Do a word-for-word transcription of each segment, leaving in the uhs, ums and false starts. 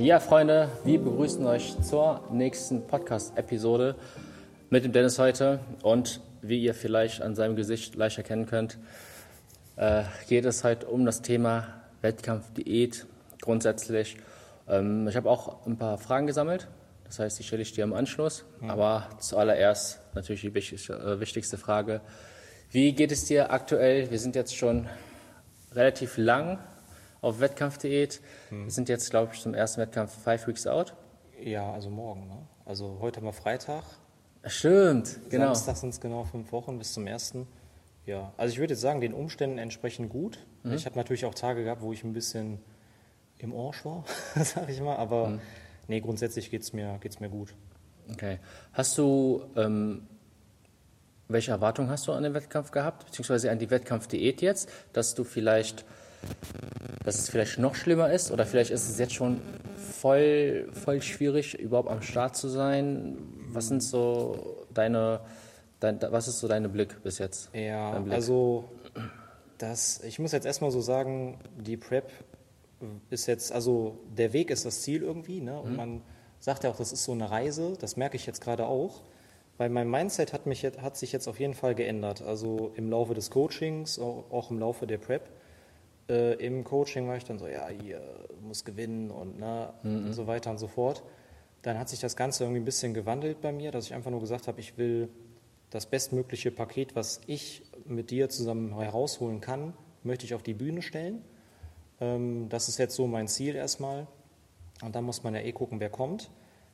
Ja, Freunde, wir begrüßen euch zur nächsten Podcast-Episode mit dem Dennis heute. Und wie ihr vielleicht an seinem Gesicht leicht erkennen könnt, äh, geht es heute um das Thema Wettkampfdiät grundsätzlich. Ähm, ich habe auch ein paar Fragen gesammelt, das heißt, die stelle ich dir im Anschluss. Mhm. Aber zuallererst natürlich die wichtigste, äh, wichtigste Frage. Wie geht es dir aktuell? Wir sind jetzt schon relativ lang auf Wettkampfdiät. Hm. Wir sind jetzt, glaube ich, zum ersten Wettkampf Five Weeks Out. Ja, also morgen. Ne? Also heute haben wir Freitag. Stimmt, genau. Samstag sind es genau fünf Wochen bis zum ersten. Ja, also ich würde jetzt sagen, den Umständen entsprechend gut. Mhm. Ich habe natürlich auch Tage gehabt, wo ich ein bisschen im Arsch war, sag ich mal. Aber mhm. nee, grundsätzlich geht es mir, geht's mir gut. Okay. Hast du, ähm, welche Erwartungen hast du an den Wettkampf gehabt, beziehungsweise an die Wettkampfdiät jetzt, dass du vielleicht... dass es vielleicht noch schlimmer ist oder vielleicht ist es jetzt schon voll, voll schwierig, überhaupt am Start zu sein. Was sind so deine, dein, was ist so dein Blick bis jetzt? Ja, also das, ich muss jetzt erstmal so sagen, die Prep ist jetzt, also der Weg ist das Ziel irgendwie, ne? Und mhm. man sagt ja auch, das ist so eine Reise, das merke ich jetzt gerade auch. Weil mein Mindset hat, mich, hat sich jetzt auf jeden Fall geändert, also im Laufe des Coachings, auch im Laufe der Prep. Äh, Im Coaching war ich dann so, ja, hier muss gewinnen und, ne, mhm. und so weiter und so fort. Dann hat sich das Ganze irgendwie ein bisschen gewandelt bei mir, dass ich einfach nur gesagt habe, ich will das bestmögliche Paket, was ich mit dir zusammen herausholen kann, möchte ich auf die Bühne stellen. Ähm, das ist jetzt so mein Ziel erstmal. Und dann muss man ja eh gucken, wer kommt.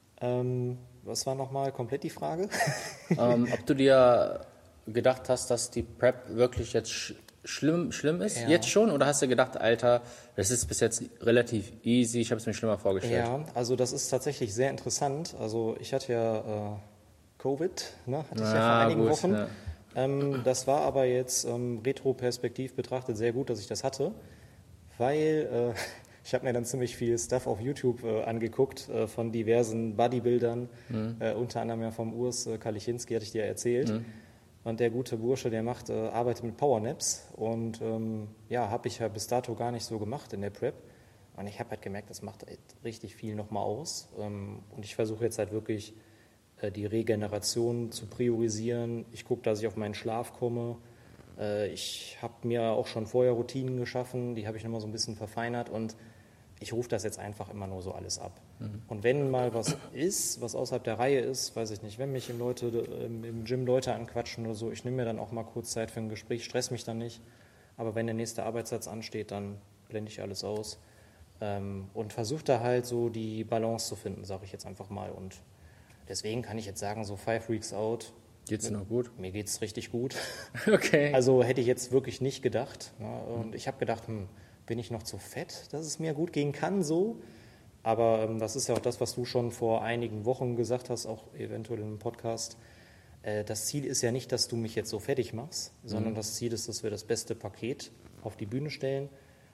Ähm, was war nochmal komplett die Frage? ähm, ob du dir gedacht hast, dass die Prep wirklich jetzt... Sch- Schlimm, schlimm ist, ja. Jetzt schon? Oder hast du gedacht, Alter, das ist bis jetzt relativ easy, ich habe es mir schlimmer vorgestellt? Ja, also das ist tatsächlich sehr interessant. Also ich hatte ja äh, Covid, ne? hatte ich ah, ja vor einigen gut, Wochen. Ja. Ähm, das war aber jetzt ähm, retroperspektiv betrachtet sehr gut, dass ich das hatte, weil äh, ich habe mir dann ziemlich viel Stuff auf YouTube äh, angeguckt äh, von diversen Bodybuildern, mhm. äh, unter anderem ja vom Urs äh, Kalichinski, hatte ich dir erzählt. Mhm. Und der gute Bursche, der macht, äh, arbeitet mit Powernaps und ähm, ja, habe ich ja bis dato gar nicht so gemacht in der Prep. Und ich habe halt gemerkt, das macht halt richtig viel nochmal aus. Ähm, und ich versuche jetzt halt wirklich äh, die Regeneration zu priorisieren. Ich gucke, dass ich auf meinen Schlaf komme. Äh, ich habe mir auch schon vorher Routinen geschaffen, die habe ich nochmal so ein bisschen verfeinert und ich rufe das jetzt einfach immer nur so alles ab. Mhm. Und wenn mal was ist, was außerhalb der Reihe ist, weiß ich nicht, wenn mich im, Leute, im Gym Leute anquatschen oder so, ich nehme mir dann auch mal kurz Zeit für ein Gespräch, stress mich dann nicht. Aber wenn der nächste Arbeitssatz ansteht, dann blende ich alles aus. Ähm, und versuche da halt so die Balance zu finden, sage ich jetzt einfach mal. Und deswegen kann ich jetzt sagen, so Five Weeks Out. Geht's dir noch gut? Mir geht's richtig gut. Okay. Also hätte ich jetzt wirklich nicht gedacht. Ne? Und ich habe gedacht, hm, bin ich noch zu fett, dass es mir gut gehen kann, so. Aber ähm, das ist ja auch das, was du schon vor einigen Wochen gesagt hast, auch eventuell in einem Podcast. Äh, das Ziel ist ja nicht, dass du mich jetzt so fertig machst, sondern mhm. das Ziel ist, dass wir das beste Paket auf die Bühne stellen.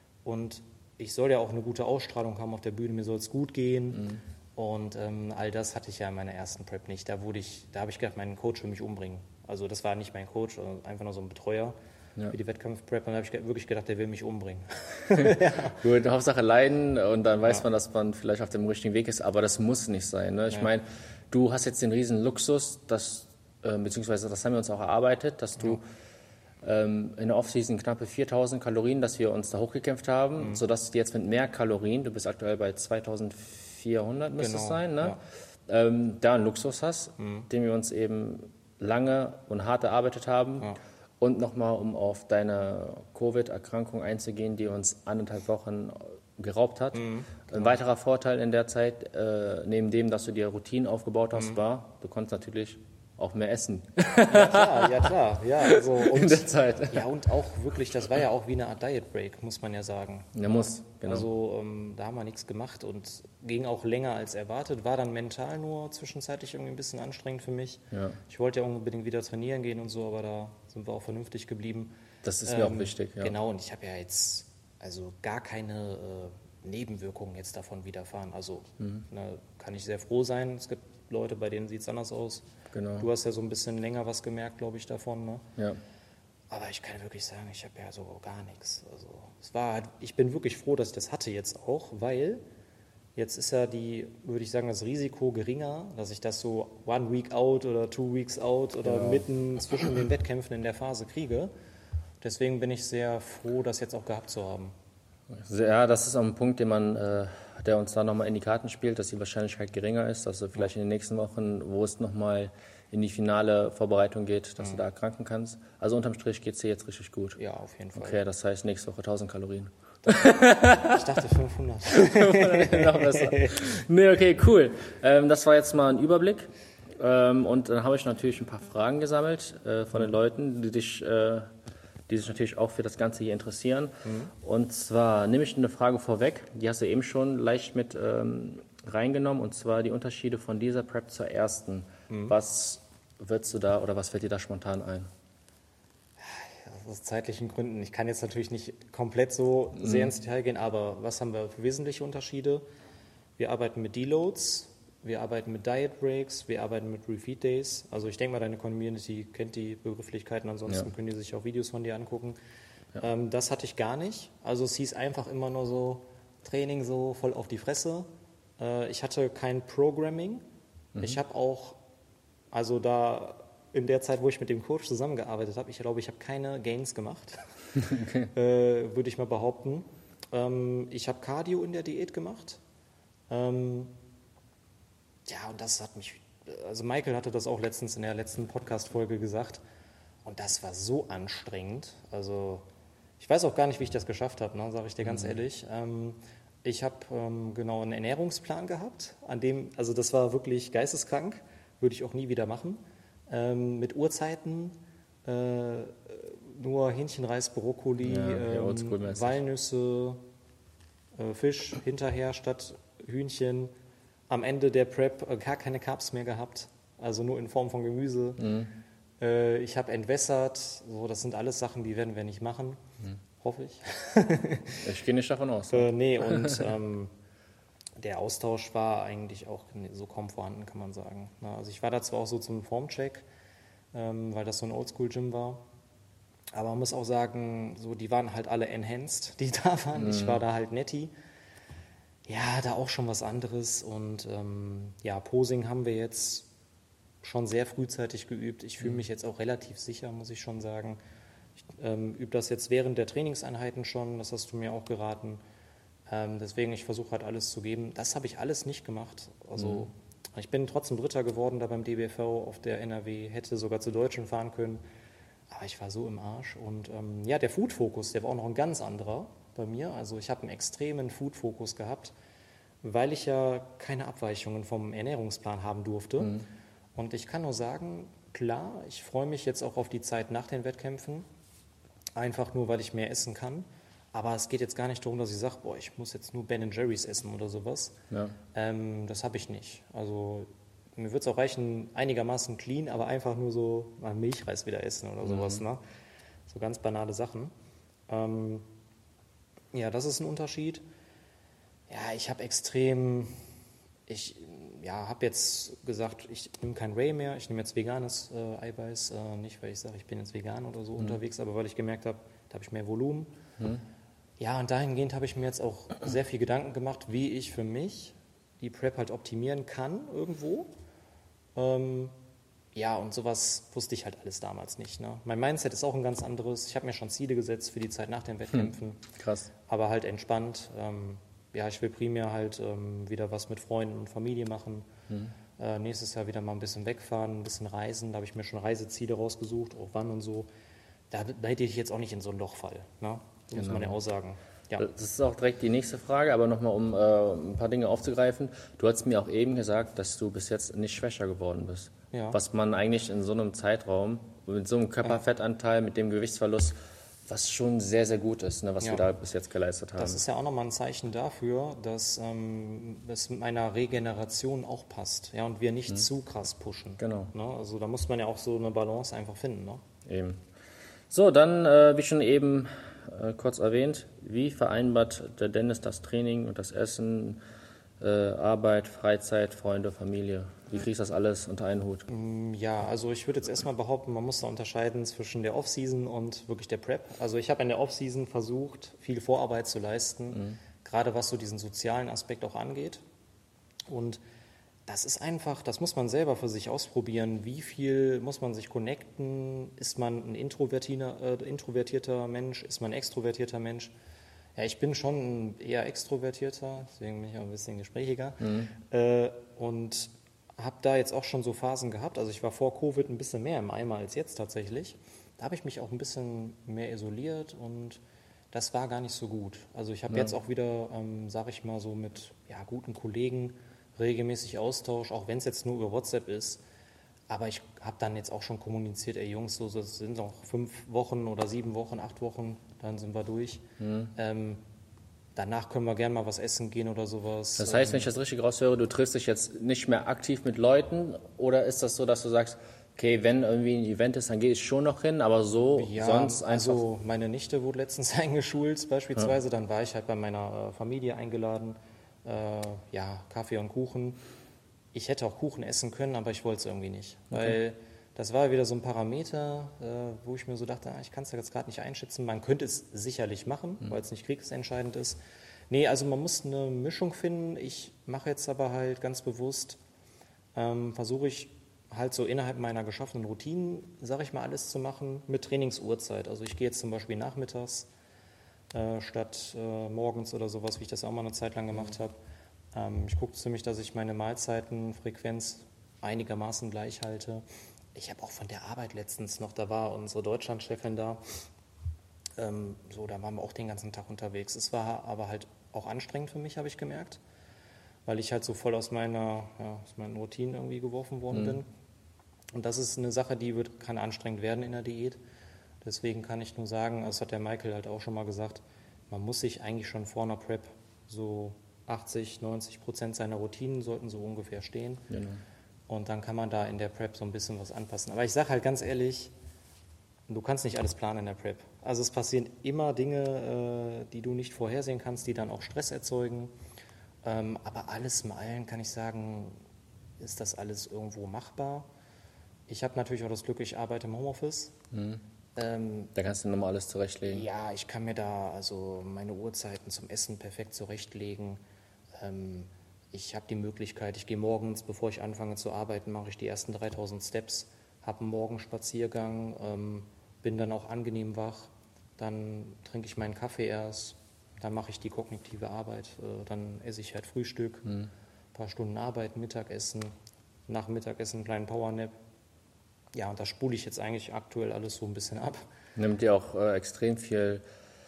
Und ich soll ja auch eine gute Ausstrahlung haben auf der Bühne, mir soll es gut gehen. Mhm. Und ähm, all das hatte ich ja in meiner ersten Prep nicht. Da wurde ich, da habe ich gedacht, mein Coach will mich umbringen. Also das war nicht mein Coach, einfach nur so ein Betreuer. Ja. Für die Wettkampfprep, und da habe ich wirklich gedacht, der will mich umbringen. Ja. Gut, Hauptsache leiden und dann weiß ja. man, dass man vielleicht auf dem richtigen Weg ist, aber das muss nicht sein. Ne? Ich ja. meine, du hast jetzt den riesen Luxus, dass, äh, beziehungsweise das haben wir uns auch erarbeitet, dass du ja. ähm, in der Offseason knappe viertausend Kalorien, dass wir uns da hochgekämpft haben, mhm. sodass du jetzt mit mehr Kalorien, du bist aktuell bei zweitausendvierhundert müsste genau. es sein, ne? Ja. ähm, da einen Luxus hast, mhm. den wir uns eben lange und hart erarbeitet haben. Ja. Und nochmal, um auf deine Covid-Erkrankung einzugehen, die uns anderthalb Wochen geraubt hat. Mhm, genau. Ein weiterer Vorteil in der Zeit, äh, neben dem, dass du dir Routinen aufgebaut hast, mhm. war, du konntest natürlich auch mehr essen. Ja klar, ja klar. Ja, also und, in der Zeit. Ja, und auch wirklich, das war ja auch wie eine Art Diet Break, muss man ja sagen. Ja, muss, genau. Also ähm, da haben wir nichts gemacht und ging auch länger als erwartet, war dann mental nur zwischenzeitlich irgendwie ein bisschen anstrengend für mich. Ja. Ich wollte ja unbedingt wieder trainieren gehen und so, aber da sind wir auch vernünftig geblieben. Das ist mir ähm, auch wichtig, ja. Genau, und ich habe ja jetzt also gar keine äh, Nebenwirkungen jetzt davon widerfahren. Also mhm. ne, kann ich sehr froh sein. Es gibt Leute, bei denen sieht es anders aus. Genau. Du hast ja so ein bisschen länger was gemerkt, glaube ich, davon. Ne? Ja. Aber ich kann wirklich sagen, ich habe ja so gar nichts. Also es war, ich bin wirklich froh, dass ich das hatte jetzt auch, weil Jetzt ist ja die, würde ich sagen, das Risiko geringer, dass ich das so one week out oder two weeks out oder ja. mitten zwischen den Wettkämpfen in der Phase kriege. Deswegen bin ich sehr froh, das jetzt auch gehabt zu haben. Ja, das ist auch ein Punkt, den man, äh, der uns da nochmal in die Karten spielt, dass die Wahrscheinlichkeit geringer ist, dass du vielleicht in den nächsten Wochen, wo es nochmal in die finale Vorbereitung geht, dass mhm. du da erkranken kannst. Also unterm Strich geht es dir jetzt richtig gut. Ja, auf jeden Fall. Okay, das heißt nächste Woche tausend Kalorien. Ich dachte fünfhundert. Noch besser. Nee, okay, cool. Ähm, das war jetzt mal ein Überblick. Ähm, und dann habe ich natürlich ein paar Fragen gesammelt äh, von den Leuten, die dich, äh, die sich natürlich auch für das Ganze hier interessieren. Mhm. Und zwar nehme ich eine Frage vorweg, die hast du eben schon leicht mit ähm, reingenommen, und zwar die Unterschiede von dieser Prep zur ersten. Mhm. Was würdest du da oder was fällt dir da spontan ein? Aus zeitlichen Gründen. Ich kann jetzt natürlich nicht komplett so mhm. sehr ins Detail gehen, aber was haben wir für wesentliche Unterschiede? Wir arbeiten mit Deloads, wir arbeiten mit Diet Breaks, wir arbeiten mit Refeed Days. Also ich denke mal, deine Community kennt die Begrifflichkeiten, ansonsten ja. können die sich auch Videos von dir angucken. Ja. Ähm, das hatte ich gar nicht. Also es hieß einfach immer nur so Training so voll auf die Fresse. Äh, ich hatte kein Programming. Mhm. Ich habe auch, also da in der Zeit, wo ich mit dem Coach zusammengearbeitet habe, ich glaube, ich habe keine Gains gemacht, okay. äh, würde ich mal behaupten. Ähm, ich habe Cardio in der Diät gemacht. Ähm, ja, und das hat mich, also Michael hatte das auch letztens in der letzten Podcast-Folge gesagt, und das war so anstrengend. Also ich weiß auch gar nicht, wie ich das geschafft habe, ne, sage ich dir ganz mhm. ehrlich. Ähm, ich habe ähm, genau einen Ernährungsplan gehabt, an dem, also das war wirklich geisteskrank, würde ich auch nie wieder machen. Ähm, mit Uhrzeiten, äh, nur Hähnchen, Reis, Brokkoli, ja, ähm, Walnüsse, äh, Fisch hinterher statt Hühnchen. Am Ende der Prep äh, gar keine Carbs mehr gehabt, also nur in Form von Gemüse. Mhm. Äh, ich habe entwässert, so, das sind alles Sachen, die werden wir nicht machen, mhm. hoffe ich. Ich gehe nicht davon aus. äh, nee, und ähm, der Austausch war eigentlich auch so kaum vorhanden, kann man sagen. Also ich war da zwar auch so zum Formcheck, ähm, weil das so ein Oldschool-Gym war, aber man muss auch sagen, so, die waren halt alle enhanced, die da waren. Mhm. Ich war da halt netti. Ja, da auch schon was anderes. Und ähm, ja, Posing haben wir jetzt schon sehr frühzeitig geübt. Ich fühle mich jetzt auch relativ sicher, muss ich schon sagen. Ich ähm, übe das jetzt während der Trainingseinheiten schon, das hast du mir auch geraten. Ähm, deswegen, ich versuche halt alles zu geben. Das habe ich alles nicht gemacht. Also mhm. ich bin trotzdem Dritter geworden da beim D B V auf der N R W, hätte sogar zu Deutschen fahren können. Aber ich war so im Arsch. Und ähm, ja, der Food-Fokus, der war auch noch ein ganz anderer bei mir. Also ich habe einen extremen Food-Fokus gehabt, weil ich ja keine Abweichungen vom Ernährungsplan haben durfte. Mhm. Und ich kann nur sagen, klar, ich freue mich jetzt auch auf die Zeit nach den Wettkämpfen. Einfach nur, weil ich mehr essen kann. Aber es geht jetzt gar nicht darum, dass ich sage, boah, ich muss jetzt nur Ben and Jerry's essen oder sowas. Ja. Ähm, das habe ich nicht. Also mir wird es auch reichen, einigermaßen clean, aber einfach nur so mal Milchreis wieder essen oder sowas. Mhm. Ne? So ganz banale Sachen. Ähm, ja, das ist ein Unterschied. Ja, ich habe extrem, ich ja, habe jetzt gesagt, ich nehme kein Whey mehr, ich nehme jetzt veganes äh, Eiweiß. Äh, nicht, weil ich sage, ich bin jetzt vegan oder so mhm. unterwegs, aber weil ich gemerkt habe, da habe ich mehr Volumen. Mhm. Ja, und dahingehend habe ich mir jetzt auch sehr viel Gedanken gemacht, wie ich für mich die Prep halt optimieren kann irgendwo. Ähm, ja, und sowas wusste ich halt alles damals nicht. Ne? Mein Mindset ist auch ein ganz anderes. Ich habe mir schon Ziele gesetzt für die Zeit nach den Wettkämpfen. Hm, krass. Aber halt entspannt. Ähm, ja, ich will primär halt ähm, wieder was mit Freunden und Familie machen. Hm. Äh, nächstes Jahr wieder mal ein bisschen wegfahren, ein bisschen reisen. Da habe ich mir schon Reiseziele rausgesucht, auch wann und so. Da, da hätte ich jetzt auch nicht in so ein Loch fallen. Ne? So genau. Muss man ja auch sagen. Ja. Das ist auch direkt die nächste Frage, aber nochmal, um äh, ein paar Dinge aufzugreifen. Du hast mir auch eben gesagt, dass du bis jetzt nicht schwächer geworden bist. Ja. Was man eigentlich in so einem Zeitraum, mit so einem Körperfettanteil, mit dem Gewichtsverlust, was schon sehr, sehr gut ist, ne, was ja. wir da bis jetzt geleistet haben. Das ist ja auch nochmal ein Zeichen dafür, dass ähm, es mit meiner Regeneration auch passt. Ja, und wir nicht hm. zu krass pushen. Genau. Ne? Also da muss man ja auch so eine Balance einfach finden. Ne? Eben. So, dann, äh, wie schon eben äh, kurz erwähnt, wie vereinbart der Dennis das Training und das Essen, äh, Arbeit, Freizeit, Freunde, Familie? Wie kriegst du das alles unter einen Hut? Ja, also ich würde jetzt erstmal behaupten, man muss da unterscheiden zwischen der Off-Season und wirklich der Prep. Also ich habe in der Off-Season versucht, viel Vorarbeit zu leisten, mhm. gerade was so diesen sozialen Aspekt auch angeht. Und das ist einfach, das muss man selber für sich ausprobieren. Wie viel muss man sich connecten? Ist man ein introvertierter, äh, introvertierter Mensch? Ist man ein extrovertierter Mensch? Ja, ich bin schon ein eher extrovertierter, deswegen bin ich auch ein bisschen gesprächiger. Mhm. Äh, und habe da jetzt auch schon so Phasen gehabt. Also ich war vor Covid ein bisschen mehr im Eimer als jetzt tatsächlich. Da habe ich mich auch ein bisschen mehr isoliert und das war gar nicht so gut. Also ich habe ja. jetzt auch wieder, ähm, sage ich mal so, mit ja, guten Kollegen regelmäßig Austausch, auch wenn es jetzt nur über WhatsApp ist. Aber ich habe dann jetzt auch schon kommuniziert, ey Jungs, so, so sind noch fünf Wochen oder sieben Wochen, acht Wochen, dann sind wir durch. Mhm. Ähm, danach können wir gerne mal was essen gehen oder sowas. Das heißt, wenn ich das richtig raushöre, du triffst dich jetzt nicht mehr aktiv mit Leuten oder ist das so, dass du sagst, okay, wenn irgendwie ein Event ist, dann gehe ich schon noch hin, aber so ja, sonst einfach... Also meine Nichte wurde letztens eingeschult beispielsweise, ja. Dann war ich halt bei meiner Familie eingeladen, äh, ja, Kaffee und Kuchen. Ich hätte auch Kuchen essen können, aber ich wollte es irgendwie nicht, okay. Weil das war wieder so ein Parameter, äh, wo ich mir so dachte, ah, ich kann es ja jetzt gerade nicht einschätzen. Man könnte es sicherlich machen, mhm. weil es nicht kriegsentscheidend ist. Nee, also man muss eine Mischung finden. Ich mache jetzt aber halt ganz bewusst, ähm, versuche ich halt so innerhalb meiner geschaffenen Routinen, sage ich mal, alles zu machen mit Trainingsuhrzeit. Also ich gehe jetzt zum Beispiel nachmittags äh, statt äh, morgens oder sowas, wie ich das auch mal eine Zeit lang gemacht mhm. habe. Ähm, ich gucke ziemlich, dass ich meine Mahlzeitenfrequenz einigermaßen gleich halte. Ich habe auch von der Arbeit letztens noch, da war unsere Deutschlandchefin da, ähm, so, da waren wir auch den ganzen Tag unterwegs. Es war aber halt auch anstrengend für mich, habe ich gemerkt, weil ich halt so voll aus meiner, ja, aus meinen Routinen irgendwie geworfen worden mhm. bin. Und das ist eine Sache, die wird, kann anstrengend werden in der Diät. Deswegen kann ich nur sagen, das hat der Michael halt auch schon mal gesagt, man muss sich eigentlich schon vor einer Prep so achtzig, neunzig Prozent seiner Routinen sollten so ungefähr stehen. Genau. Und dann kann man da in der Prep so ein bisschen was anpassen. Aber ich sage halt ganz ehrlich, du kannst nicht alles planen in der Prep. Also es passieren immer Dinge, äh, die du nicht vorhersehen kannst, die dann auch Stress erzeugen. Ähm, aber alles in allem kann ich sagen, ist das alles irgendwo machbar. Ich habe natürlich auch das Glück, ich arbeite im Homeoffice. Mhm. Ähm, da kannst du nochmal alles zurechtlegen. Ja, ich kann mir da also meine Uhrzeiten zum Essen perfekt zurechtlegen. Ähm, Ich habe die Möglichkeit, ich gehe morgens, bevor ich anfange zu arbeiten, mache ich die ersten dreitausend Steps, habe einen Morgenspaziergang, ähm, bin dann auch angenehm wach, dann trinke ich meinen Kaffee erst, dann mache ich die kognitive Arbeit, äh, dann esse ich halt Frühstück, mhm. ein paar Stunden Arbeit, Mittagessen, nach Mittagessen einen kleinen Powernap. Ja, und da spule ich jetzt eigentlich aktuell alles so ein bisschen ab. Nimmt dir auch äh, extrem viel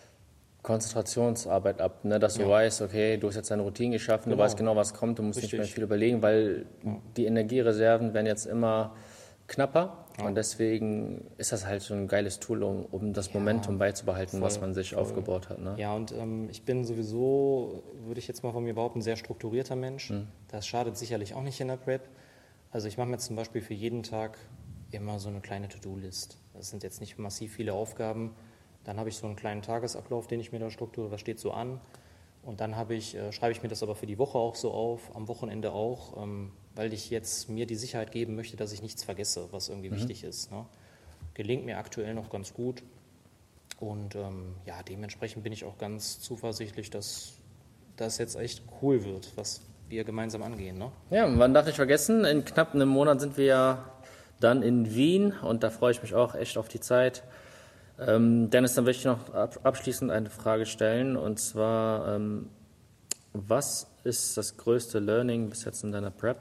Konzentrationsarbeit ab, ne? Dass du ja. weißt, okay, du hast jetzt deine Routine geschaffen, genau. Du weißt genau, was kommt, du musst Richtig. Nicht mehr viel überlegen, weil ja. die Energiereserven werden jetzt immer knapper ja. und deswegen ist das halt so ein geiles Tool, um, um das ja, Momentum beizubehalten, voll, was man sich voll. aufgebaut hat. Ne? Ja, und ähm, ich bin sowieso, würde ich jetzt mal von mir behaupten, ein sehr strukturierter Mensch. Hm. Das schadet sicherlich auch nicht in der Prep. Also ich mache mir zum Beispiel für jeden Tag immer so eine kleine To-Do-List. Das sind jetzt nicht massiv viele Aufgaben. Dann habe ich so einen kleinen Tagesablauf, den ich mir da strukturiere, was steht so an. Und dann habe ich, äh, schreibe ich mir das aber für die Woche auch so auf, am Wochenende auch, ähm, weil ich jetzt mir die Sicherheit geben möchte, dass ich nichts vergesse, was irgendwie mhm. wichtig ist. Ne? Gelingt mir aktuell noch ganz gut. Und ähm, ja, dementsprechend bin ich auch ganz zuversichtlich, dass das jetzt echt cool wird, was wir gemeinsam angehen. Ne? Ja, man darf nicht vergessen, in knapp einem Monat sind wir ja dann in Wien und da freue ich mich auch echt auf die Zeit. Ähm, Dennis, dann möchte ich noch abschließend eine Frage stellen und zwar, ähm, was ist das größte Learning bis jetzt in deiner Prep?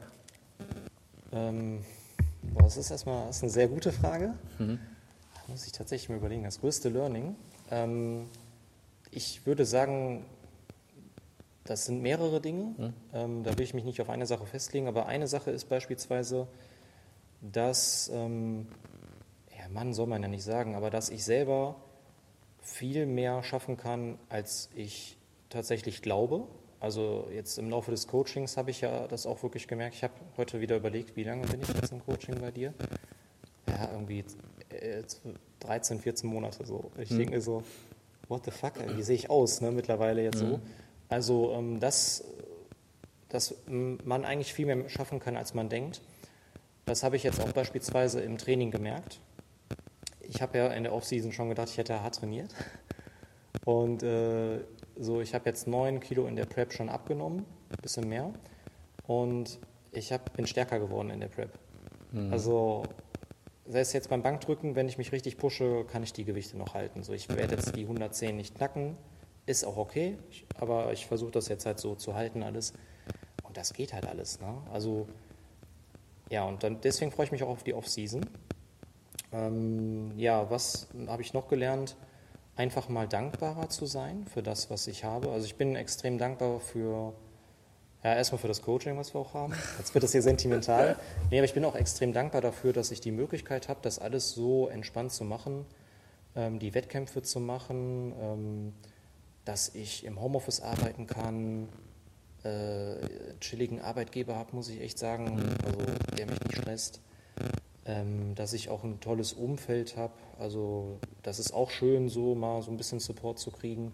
Ähm, boah, das ist erstmal das ist eine sehr gute Frage. Mhm. Da muss ich tatsächlich mal überlegen. Das größte Learning, ähm, ich würde sagen, das sind mehrere Dinge. Mhm. Ähm, da will ich mich nicht auf eine Sache festlegen, aber eine Sache ist beispielsweise, dass... Ähm, Mann soll man ja nicht sagen, aber dass ich selber viel mehr schaffen kann, als ich tatsächlich glaube. Also jetzt im Laufe des Coachings habe ich ja das auch wirklich gemerkt. Ich habe heute wieder überlegt, wie lange bin ich jetzt im Coaching bei dir? Ja, irgendwie dreizehn, vierzehn Monate so. Ich hm. denke mir so, what the fuck, wie sehe ich aus, ne, mittlerweile jetzt hm. so. Also ähm, das, dass man eigentlich viel mehr schaffen kann, als man denkt. Das habe ich jetzt auch beispielsweise im Training gemerkt. Ich habe ja in der Offseason schon gedacht, ich hätte hart trainiert. Und äh, so, ich habe jetzt neun Kilo in der Prep schon abgenommen, ein bisschen mehr. und ich hab, bin stärker geworden in der Prep. Mhm. Also sei es jetzt beim Bankdrücken, wenn ich mich richtig pushe, kann ich die Gewichte noch halten. So, ich werde jetzt die hundertzehn nicht knacken, ist auch okay, ich, aber ich versuche das jetzt halt so zu halten alles. Und das geht halt alles. Ne? Also ja, und dann, deswegen freue ich mich auch auf die Off-Season. Ähm, ja, was habe ich noch gelernt? Einfach mal dankbarer zu sein für das, was ich habe. Also ich bin extrem dankbar für, ja, erstmal für das Coaching, was wir auch haben. Jetzt wird das hier sentimental. Nee, aber ich bin auch extrem dankbar dafür, dass ich die Möglichkeit habe, das alles so entspannt zu machen, ähm, die Wettkämpfe zu machen, ähm, dass ich im Homeoffice arbeiten kann, äh, chilligen Arbeitgeber habe, muss ich echt sagen, also der mich nicht stresst. Ähm, dass ich auch ein tolles Umfeld habe, also das ist auch schön, so mal so ein bisschen Support zu kriegen.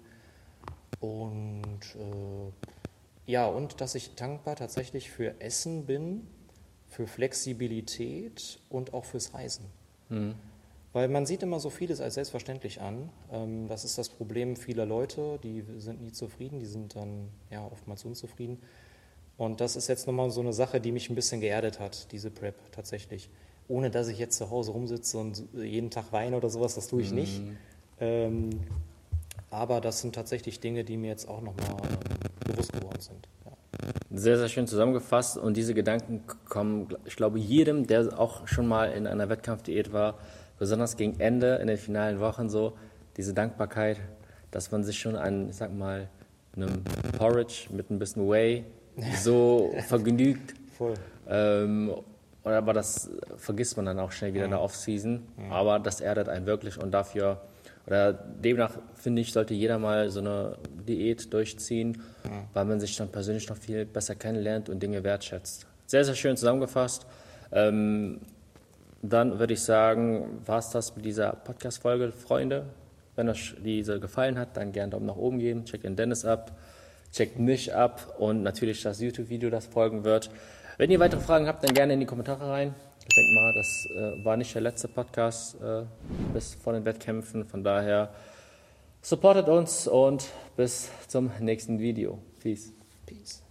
Und äh, ja, und dass ich dankbar tatsächlich für Essen bin, für Flexibilität und auch fürs Reisen. Mhm. Weil man sieht immer so vieles als selbstverständlich an. Ähm, das ist das Problem vieler Leute, die sind nie zufrieden, die sind dann ja oftmals unzufrieden. Und das ist jetzt nochmal so eine Sache, die mich ein bisschen geerdet hat, diese Prep tatsächlich. Ohne dass ich jetzt zu Hause rumsitze und jeden Tag weine oder sowas, das tue ich nicht. Mhm. Ähm, aber das sind tatsächlich Dinge, die mir jetzt auch nochmal ähm, bewusst geworden sind. Ja. Sehr, sehr schön zusammengefasst und diese Gedanken kommen, ich glaube, jedem, der auch schon mal in einer Wettkampfdiät war, besonders gegen Ende, in den finalen Wochen so, diese Dankbarkeit, dass man sich schon an, ich sag mal, einem Porridge mit ein bisschen Whey so vergnügt. Voll. Ähm, aber das vergisst man dann auch schnell wieder mhm. in der Off-Season. Mhm. Aber das erdet einen wirklich und dafür, oder demnach finde ich, sollte jeder mal so eine Diät durchziehen, mhm. weil man sich dann persönlich noch viel besser kennenlernt und Dinge wertschätzt. Sehr, sehr schön zusammengefasst. Ähm, dann würde ich sagen, war es das mit dieser Podcast-Folge, Freunde. Wenn euch diese gefallen hat, dann gerne Daumen nach oben geben. Checkt den Dennis ab, checkt mich ab und natürlich das YouTube-Video, das folgen wird. Wenn ihr weitere Fragen habt, dann gerne in die Kommentare rein. Ich denke mal, das äh, war nicht der letzte Podcast äh, bis vor den Wettkämpfen. Von daher supportet uns und bis zum nächsten Video. Peace. Peace.